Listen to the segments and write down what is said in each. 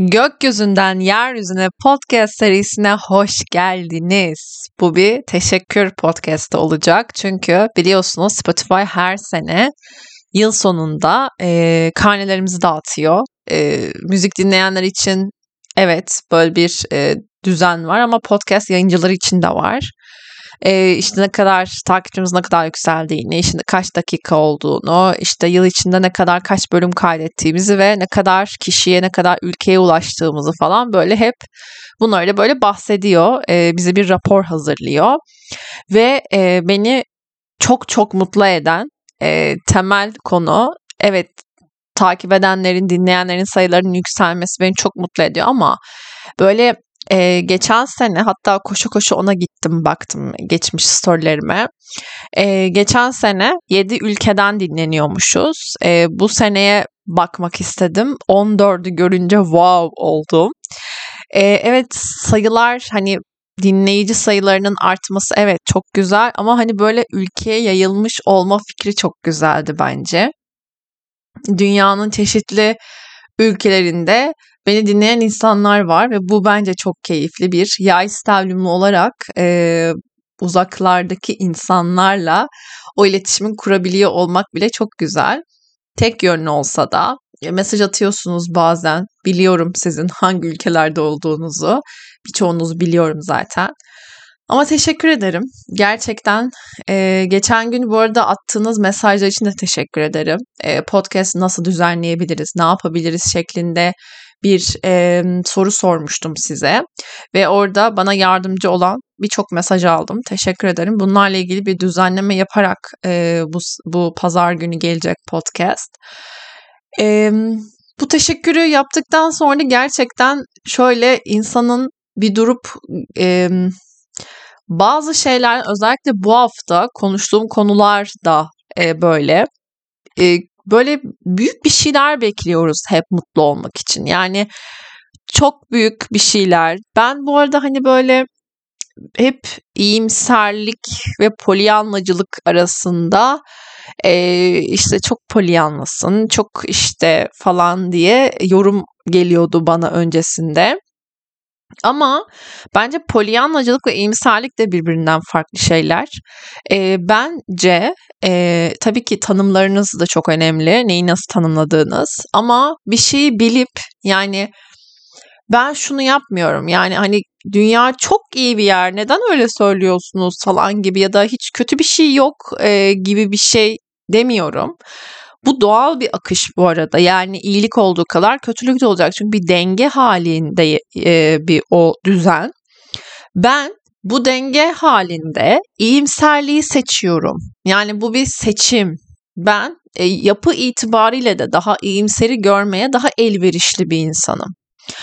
Gökyüzünden Yeryüzüne podcast serisine hoş geldiniz. Bu bir teşekkür podcast'ı olacak. Çünkü biliyorsunuz Spotify her sene yıl sonunda karnelerimizi dağıtıyor. Müzik dinleyenler için evet böyle bir düzen var ama podcast yayıncıları için de var. İşte ne kadar takipçimiz ne kadar yükseldiğini, işte kaç dakika olduğunu, işte yıl içinde ne kadar kaç bölüm kaydettiğimizi ve ne kadar kişiye, ne kadar ülkeye ulaştığımızı falan böyle hep bunları böyle bahsediyor. Bize bir rapor hazırlıyor ve beni çok çok mutlu eden temel konu evet takip edenlerin, dinleyenlerin sayılarının yükselmesi beni çok mutlu ediyor ama böyle geçen sene hatta koşu koşu ona gittim baktım geçmiş storylerime. Geçen sene 7 ülkeden dinleniyormuşuz. Bu seneye bakmak istedim. 14'ü görünce wow oldum. Evet sayılar hani dinleyici sayılarının artması evet çok güzel ama hani böyle ülkeye yayılmış olma fikri çok güzeldi bence. Dünyanın çeşitli ülkelerinde beni dinleyen insanlar var ve bu bence çok keyifli bir yay stavlümü olarak uzaklardaki insanlarla o iletişimin kurabiliyor olmak bile çok güzel. Tek yönlü olsa da mesaj atıyorsunuz bazen. Biliyorum sizin hangi ülkelerde olduğunuzu. Birçoğunuzu biliyorum zaten. Ama teşekkür ederim. Gerçekten geçen gün bu arada attığınız mesajlar için de teşekkür ederim. Podcast nasıl düzenleyebiliriz, ne yapabiliriz şeklinde bir soru sormuştum size. Ve orada bana yardımcı olan birçok mesaj aldım. Teşekkür ederim. Bunlarla ilgili bir düzenleme yaparak bu pazar günü gelecek podcast. Bu teşekkürü yaptıktan sonra gerçekten şöyle insanın bir durup bazı şeyler özellikle bu hafta konuştuğum konular da böyle büyük bir şeyler bekliyoruz hep mutlu olmak için. Yani çok büyük bir şeyler. Ben bu arada hani böyle hep iyimserlik ve polyanlacılık arasında işte çok polyanlasın, çok işte falan diye yorum geliyordu bana öncesinde. Ama bence polyanlacılık ve iyimserlik de birbirinden farklı şeyler. Bence tabii ki tanımlarınız da çok önemli. Neyi nasıl tanımladığınız. Ama bir şeyi bilip yani ben şunu yapmıyorum. Yani hani dünya çok iyi bir yer. Neden öyle söylüyorsunuz falan gibi ya da hiç kötü bir şey yok gibi bir şey demiyorum. Bu doğal bir akış bu arada. Yani iyilik olduğu kadar kötülük de olacak. Çünkü bir denge halinde bir o düzen. Ben bu denge halinde iyimserliği seçiyorum. Yani bu bir seçim. Ben yapı itibariyle de daha iyimseri görmeye daha elverişli bir insanım.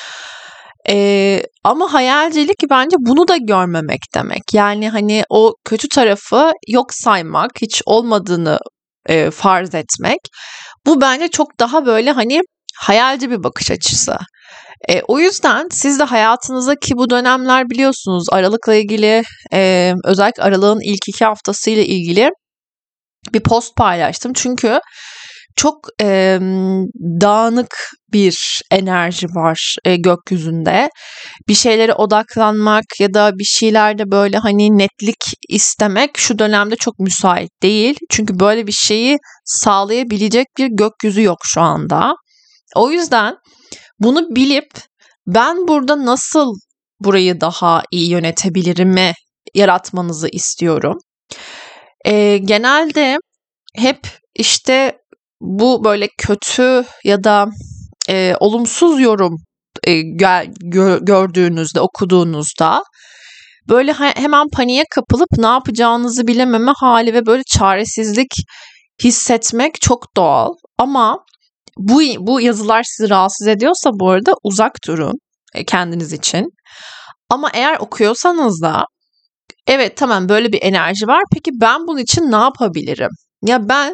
Ama hayalcilik bence bunu da görmemek demek. Yani hani o kötü tarafı yok saymak, hiç olmadığını farz etmek. Bu bence çok daha böyle hani hayalci bir bakış açısı. O yüzden siz de hayatınızdaki bu dönemler biliyorsunuz Aralık'la ilgili özellikle Aralık'ın ilk 2 haftasıyla ilgili bir post paylaştım. Çünkü çok dağınık bir enerji var gökyüzünde. Bir şeylere odaklanmak ya da bir şeylerde böyle hani netlik istemek şu dönemde çok müsait değil. Çünkü böyle bir şeyi sağlayabilecek bir gökyüzü yok şu anda. O yüzden bunu bilip ben burada nasıl burayı daha iyi yönetebilirimi yaratmanızı istiyorum. Genelde hep işte bu böyle kötü ya da olumsuz yorum gördüğünüzde, okuduğunuzda böyle hemen paniğe kapılıp ne yapacağınızı bilememe hali ve böyle çaresizlik hissetmek çok doğal. Ama bu yazılar sizi rahatsız ediyorsa bu arada uzak durun kendiniz için. Ama eğer okuyorsanız da evet tamam böyle bir enerji var. Peki ben bunun için ne yapabilirim? Ya ben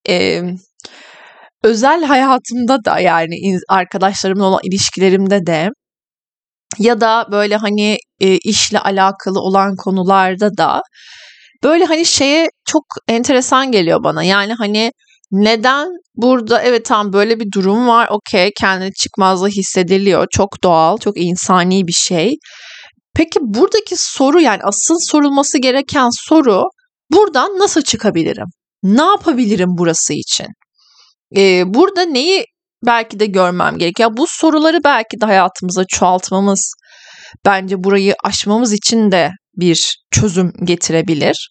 özel hayatımda da yani arkadaşlarımla olan ilişkilerimde de ya da böyle hani işle alakalı olan konularda da böyle hani şeye çok enteresan geliyor bana. Yani hani Neden burada evet tam böyle bir durum var. Okey, kendini çıkmazda hissediliyor. Çok doğal, çok insani bir şey. Peki buradaki soru, yani asıl sorulması gereken soru, buradan nasıl çıkabilirim? Ne yapabilirim burası için? Burada neyi belki de görmem gerekiyor. Bu soruları belki de hayatımıza çoğaltmamız, bence burayı aşmamız için de bir çözüm getirebilir.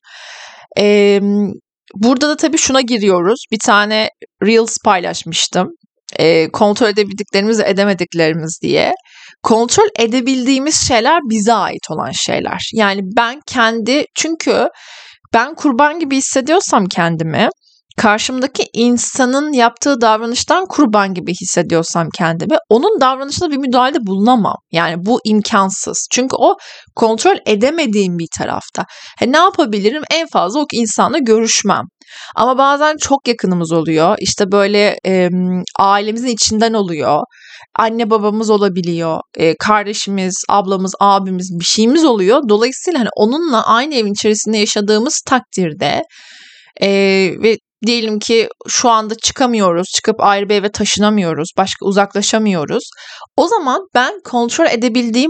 Burada da tabii şuna giriyoruz. Bir tane Reels paylaşmıştım. Kontrol edebildiklerimiz ve edemediklerimiz diye. Kontrol edebildiğimiz şeyler bize ait olan şeyler. Yani çünkü ben kurban gibi hissediyorsam kendimi, karşımdaki insanın yaptığı davranıştan kurban gibi hissediyorsam kendimi, onun davranışına bir müdahalede bulunamam. Yani bu imkansız. Çünkü o kontrol edemediğim bir tarafta. Ne yapabilirim? En fazla o insanla görüşmem. Ama bazen çok yakınımız oluyor. İşte böyle ailemizin içinden oluyor. Anne babamız olabiliyor. Kardeşimiz, ablamız, abimiz, bir şeyimiz oluyor. Dolayısıyla onunla aynı evin içerisinde yaşadığımız takdirde ve diyelim ki şu anda çıkamıyoruz, çıkıp ayrı bir eve taşınamıyoruz, başka uzaklaşamıyoruz. O zaman ben kontrol edebildiğim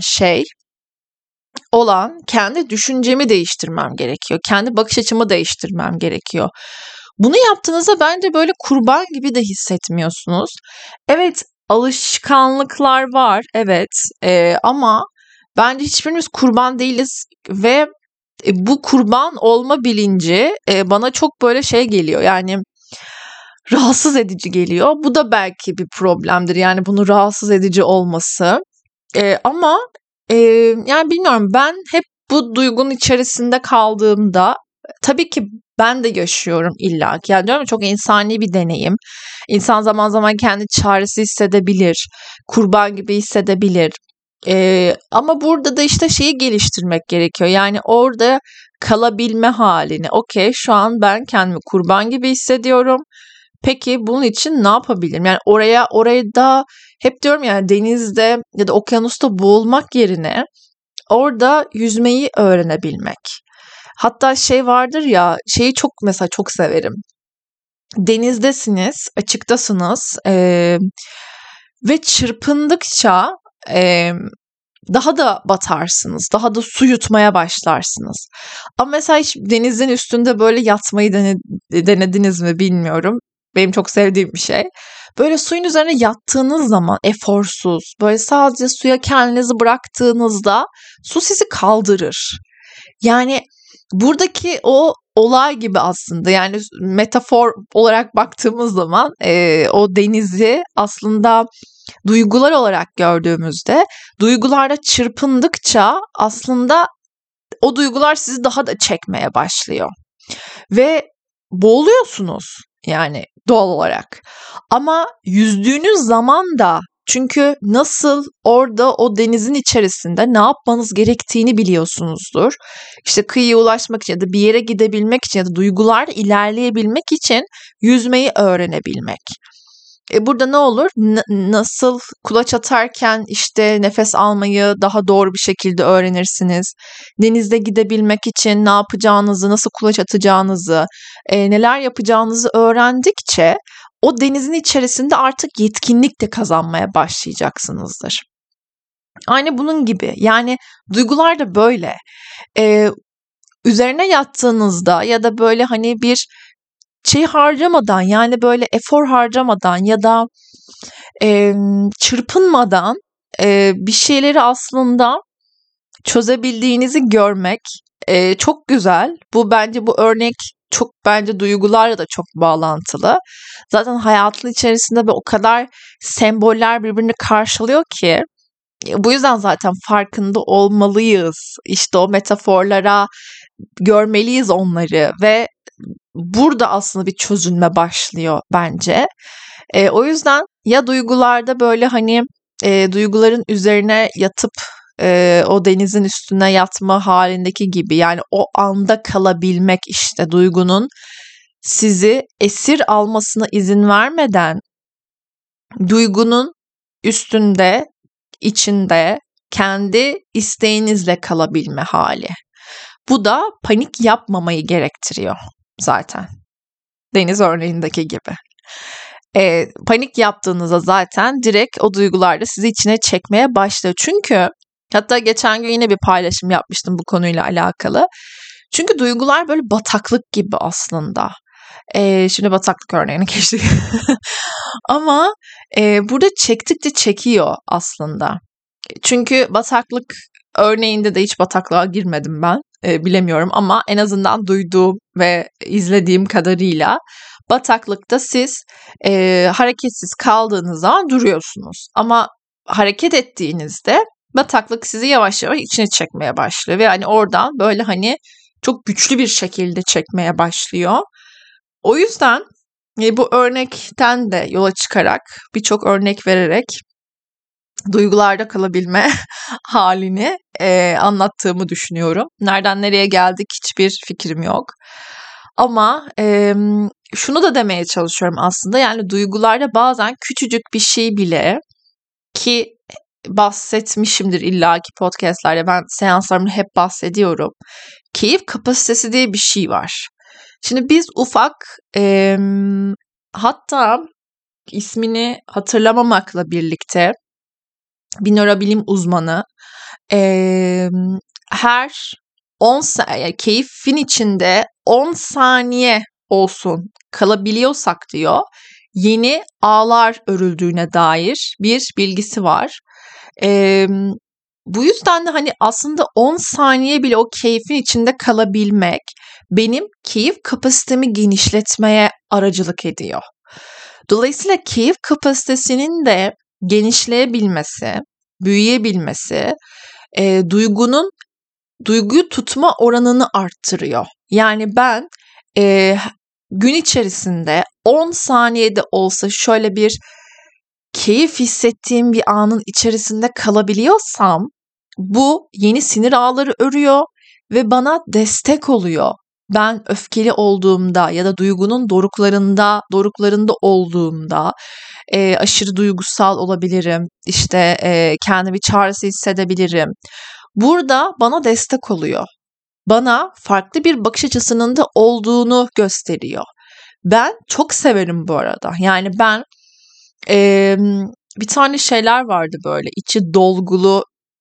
kendi düşüncemi değiştirmem gerekiyor. Kendi bakış açımı değiştirmem gerekiyor. Bunu yaptığınızda bence böyle kurban gibi de hissetmiyorsunuz. Evet, alışkanlıklar var, evet, ama bence hiçbirimiz kurban değiliz ve bu kurban olma bilinci bana çok böyle şey geliyor, yani rahatsız edici geliyor. Bu da belki bir problemdir, yani bunu rahatsız edici olması. Ama yani bilmiyorum, ben hep bu duygunun içerisinde kaldığımda tabii ki ben de yaşıyorum illa ki. Yani diyorum ya, çok insani bir deneyim. İnsan zaman zaman kendi çaresiz hissedebilir, kurban gibi hissedebilir. Ama burada da işte şeyi geliştirmek gerekiyor. Yani orada kalabilme halini. Okey, şu an ben kendimi kurban gibi hissediyorum. Peki bunun için ne yapabilirim? Yani oraya da hep diyorum ya, denizde ya da okyanusta boğulmak yerine orada yüzmeyi öğrenebilmek. Hatta şey vardır ya, şeyi mesela çok severim. Denizdesiniz, açıktasınız ve çırpındıkça daha da batarsınız. Daha da su yutmaya başlarsınız. Ama mesela hiç denizin üstünde böyle yatmayı denediniz mi bilmiyorum. Benim çok sevdiğim bir şey. Böyle suyun üzerine yattığınız zaman eforsuz, böyle sadece suya kendinizi bıraktığınızda su sizi kaldırır. Yani buradaki o olay gibi aslında, yani metafor olarak baktığımız zaman o denizi aslında duygular olarak gördüğümüzde, duygularda çırpındıkça aslında o duygular sizi daha da çekmeye başlıyor. Ve boğuluyorsunuz yani doğal olarak. Ama yüzdüğünüz zaman da, çünkü nasıl orada o denizin içerisinde ne yapmanız gerektiğini biliyorsunuzdur. İşte kıyıya ulaşmak için ya da bir yere gidebilmek için ya da duygularla ilerleyebilmek için yüzmeyi öğrenebilmek. Burada ne olur? Nasıl kulaç atarken işte nefes almayı daha doğru bir şekilde öğrenirsiniz. Denizde gidebilmek için ne yapacağınızı, nasıl kulaç atacağınızı, neler yapacağınızı öğrendikçe o denizin içerisinde artık yetkinlik de kazanmaya başlayacaksınızdır. Aynı bunun gibi. Yani duygular da böyle. Üzerine yattığınızda ya da böyle bir şey harcamadan, yani böyle efor harcamadan ya da çırpınmadan bir şeyleri aslında çözebildiğinizi görmek çok güzel. Bu örnek çok bence duygularla da çok bağlantılı. Zaten hayatın içerisinde o kadar semboller birbirini karşılıyor ki bu yüzden zaten farkında olmalıyız. İşte o metaforlara görmeliyiz onları ve burada aslında bir çözülme başlıyor bence. O yüzden ya duygularda böyle duyguların üzerine yatıp o denizin üstüne yatma halindeki gibi, yani o anda kalabilmek, işte duygunun sizi esir almasına izin vermeden duygunun üstünde, içinde kendi isteğinizle kalabilme hali. Bu da panik yapmamayı gerektiriyor zaten. Deniz örneğindeki gibi. Panik yaptığınızda zaten direkt o duygular da sizi içine çekmeye başlıyor. Çünkü hatta geçen gün yine bir paylaşım yapmıştım bu konuyla alakalı. Çünkü duygular böyle bataklık gibi aslında. Şimdi bataklık örneğini geçtik. Ama burada çektikçe çekiyor aslında. Çünkü bataklık örneğinde de hiç bataklığa girmedim ben. Bilemiyorum ama en azından duyduğum ve izlediğim kadarıyla bataklıkta siz hareketsiz kaldığınız zaman duruyorsunuz. Ama hareket ettiğinizde bataklık sizi yavaş yavaş içine çekmeye başlıyor. Ve hani oradan böyle hani çok güçlü bir şekilde çekmeye başlıyor. O yüzden bu örnekten de yola çıkarak birçok örnek vererek duygularda kalabilme halini anlattığımı düşünüyorum. Nereden nereye geldik hiçbir fikrim yok. Ama şunu da demeye çalışıyorum aslında. Yani duygularda bazen küçücük bir şey bile ki bahsetmişimdir illaki podcastlerde. Ben seanslarımda hep bahsediyorum. Keyif kapasitesi diye bir şey var. Şimdi biz ufak hatta ismini hatırlamamakla birlikte bir nörobilim uzmanı her 10 saniye keyfin içinde 10 saniye olsun kalabiliyorsak diyor yeni ağlar örüldüğüne dair bir bilgisi var. Bu yüzden de hani aslında 10 saniye bile o keyfin içinde kalabilmek benim keyif kapasitemi genişletmeye aracılık ediyor. Dolayısıyla keyif kapasitesinin de genişleyebilmesi, büyüyebilmesi, duyguyu tutma oranını arttırıyor. Yani ben gün içerisinde 10 saniyede olsa şöyle bir keyif hissettiğim bir anın içerisinde kalabiliyorsam bu yeni sinir ağları örüyor ve bana destek oluyor. Ben öfkeli olduğumda ya da duygunun doruklarında olduğumda aşırı duygusal olabilirim. İşte kendimi çaresiz hissedebilirim. Burada bana destek oluyor. Bana farklı bir bakış açısının da olduğunu gösteriyor. Ben çok severim bu arada. Yani ben bir tane şeyler vardı böyle içi dolgulu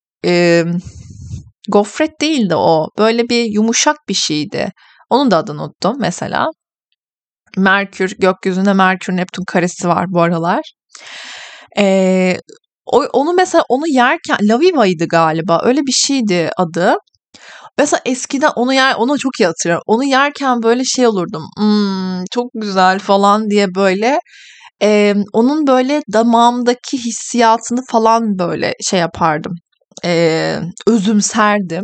gofret değildi o. Böyle bir yumuşak bir şeydi. Onun da adını unuttum mesela. Gökyüzünde Merkür Neptün karesi var bu aralar. Onu mesela onu yerken Laviva'ydı galiba. Öyle bir şeydi adı. Mesela eskiden onu çok iyi hatırlıyorum. Onu yerken böyle şey olurdum. Çok güzel falan diye böyle onun böyle damağımdaki hissiyatını falan böyle şey yapardım. Özümserdim.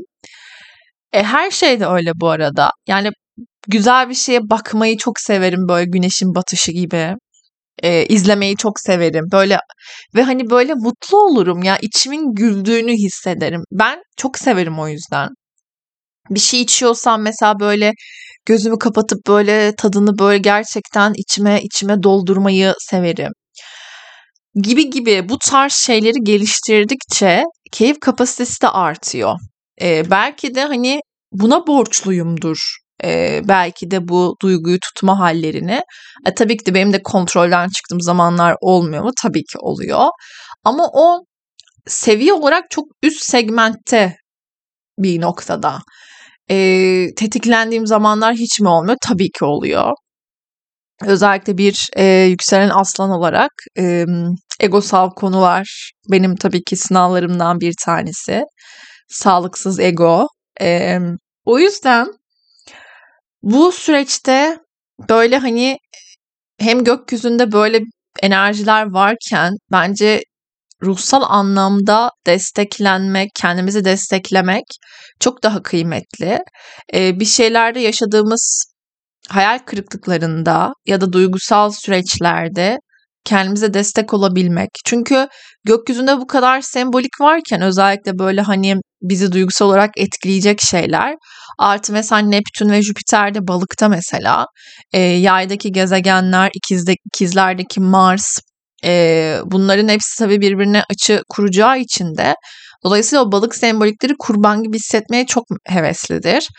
Her şey de öyle bu arada. Yani güzel bir şeye bakmayı çok severim böyle güneşin batışı gibi. İzlemeyi çok severim. Böyle ve hani böyle mutlu olurum ya içimin güldüğünü hissederim. Ben çok severim o yüzden. Bir şey içiyorsam mesela böyle gözümü kapatıp böyle tadını böyle gerçekten içime doldurmayı severim. Gibi bu tarz şeyleri geliştirdikçe keyif kapasitesi de artıyor. Belki de hani buna borçluyumdur. Belki de bu duyguyu tutma hallerini. Tabii ki de benim de kontrolden çıktığım zamanlar olmuyor mu? Tabii ki oluyor. Ama o seviye olarak çok üst segmentte bir noktada. Tetiklendiğim zamanlar hiç mi olmuyor? Tabii ki oluyor. Özellikle bir yükselen aslan olarak egosal konular benim tabii ki sınavlarımdan bir tanesi. Sağlıksız ego. O yüzden bu süreçte böyle hani hem gökyüzünde böyle enerjiler varken bence ruhsal anlamda desteklenmek, kendimizi desteklemek çok daha kıymetli. Bir şeylerde yaşadığımız hayal kırıklıklarında ya da duygusal süreçlerde kendimize destek olabilmek. Çünkü gökyüzünde bu kadar sembolik varken özellikle böyle hani bizi duygusal olarak etkileyecek şeyler. Artı mesela Neptün ve Jüpiter'de balıkta mesela yaydaki gezegenler, ikizlerdeki Mars bunların hepsi tabii birbirine açı kuracağı için de dolayısıyla o balık sembolikleri kurban gibi hissetmeye çok heveslidir.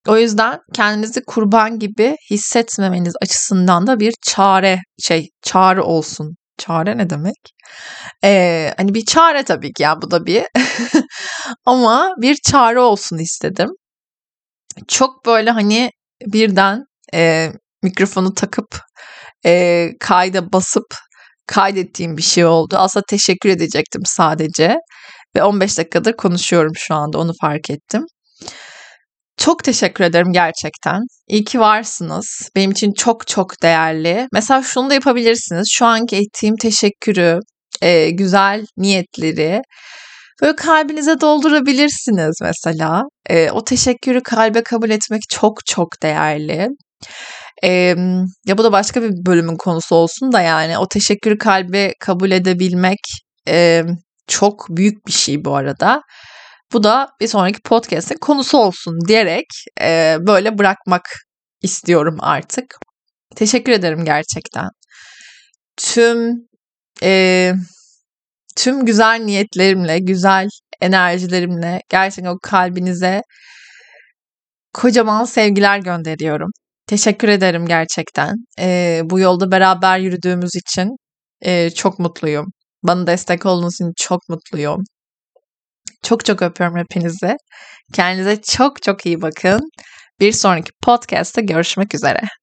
O yüzden kendinizi kurban gibi hissetmemeniz açısından da bir çağrı olsun. Çare ne demek? Hani bir çare tabii ki, yani bu da bir ama bir çare olsun istedim. Çok böyle hani birden mikrofonu takıp kayda basıp kaydettiğim bir şey oldu. Aslında teşekkür edecektim sadece ve 15 dakikadır konuşuyorum şu anda, onu fark ettim. Çok teşekkür ederim gerçekten. İyi ki varsınız. Benim için çok çok değerli. Mesela şunu da yapabilirsiniz. Şu anki ettiğim teşekkürü, güzel niyetleri böyle kalbinize doldurabilirsiniz mesela. O teşekkürü kalbe kabul etmek çok çok değerli. Ya bu da başka bir bölümün konusu olsun da, yani o teşekkürü kalbe kabul edebilmek çok büyük bir şey bu arada. Bu da bir sonraki podcast'in konusu olsun diyerek böyle bırakmak istiyorum artık. Teşekkür ederim gerçekten. Tüm e, tüm güzel niyetlerimle, güzel enerjilerimle gerçekten o kalbinize kocaman sevgiler gönderiyorum. Teşekkür ederim gerçekten. Bu yolda beraber yürüdüğümüz için çok mutluyum. Bana destek olduğunuz için çok mutluyum. Çok çok öpüyorum hepinizi. Kendinize çok çok iyi bakın. Bir sonraki podcast'ta görüşmek üzere.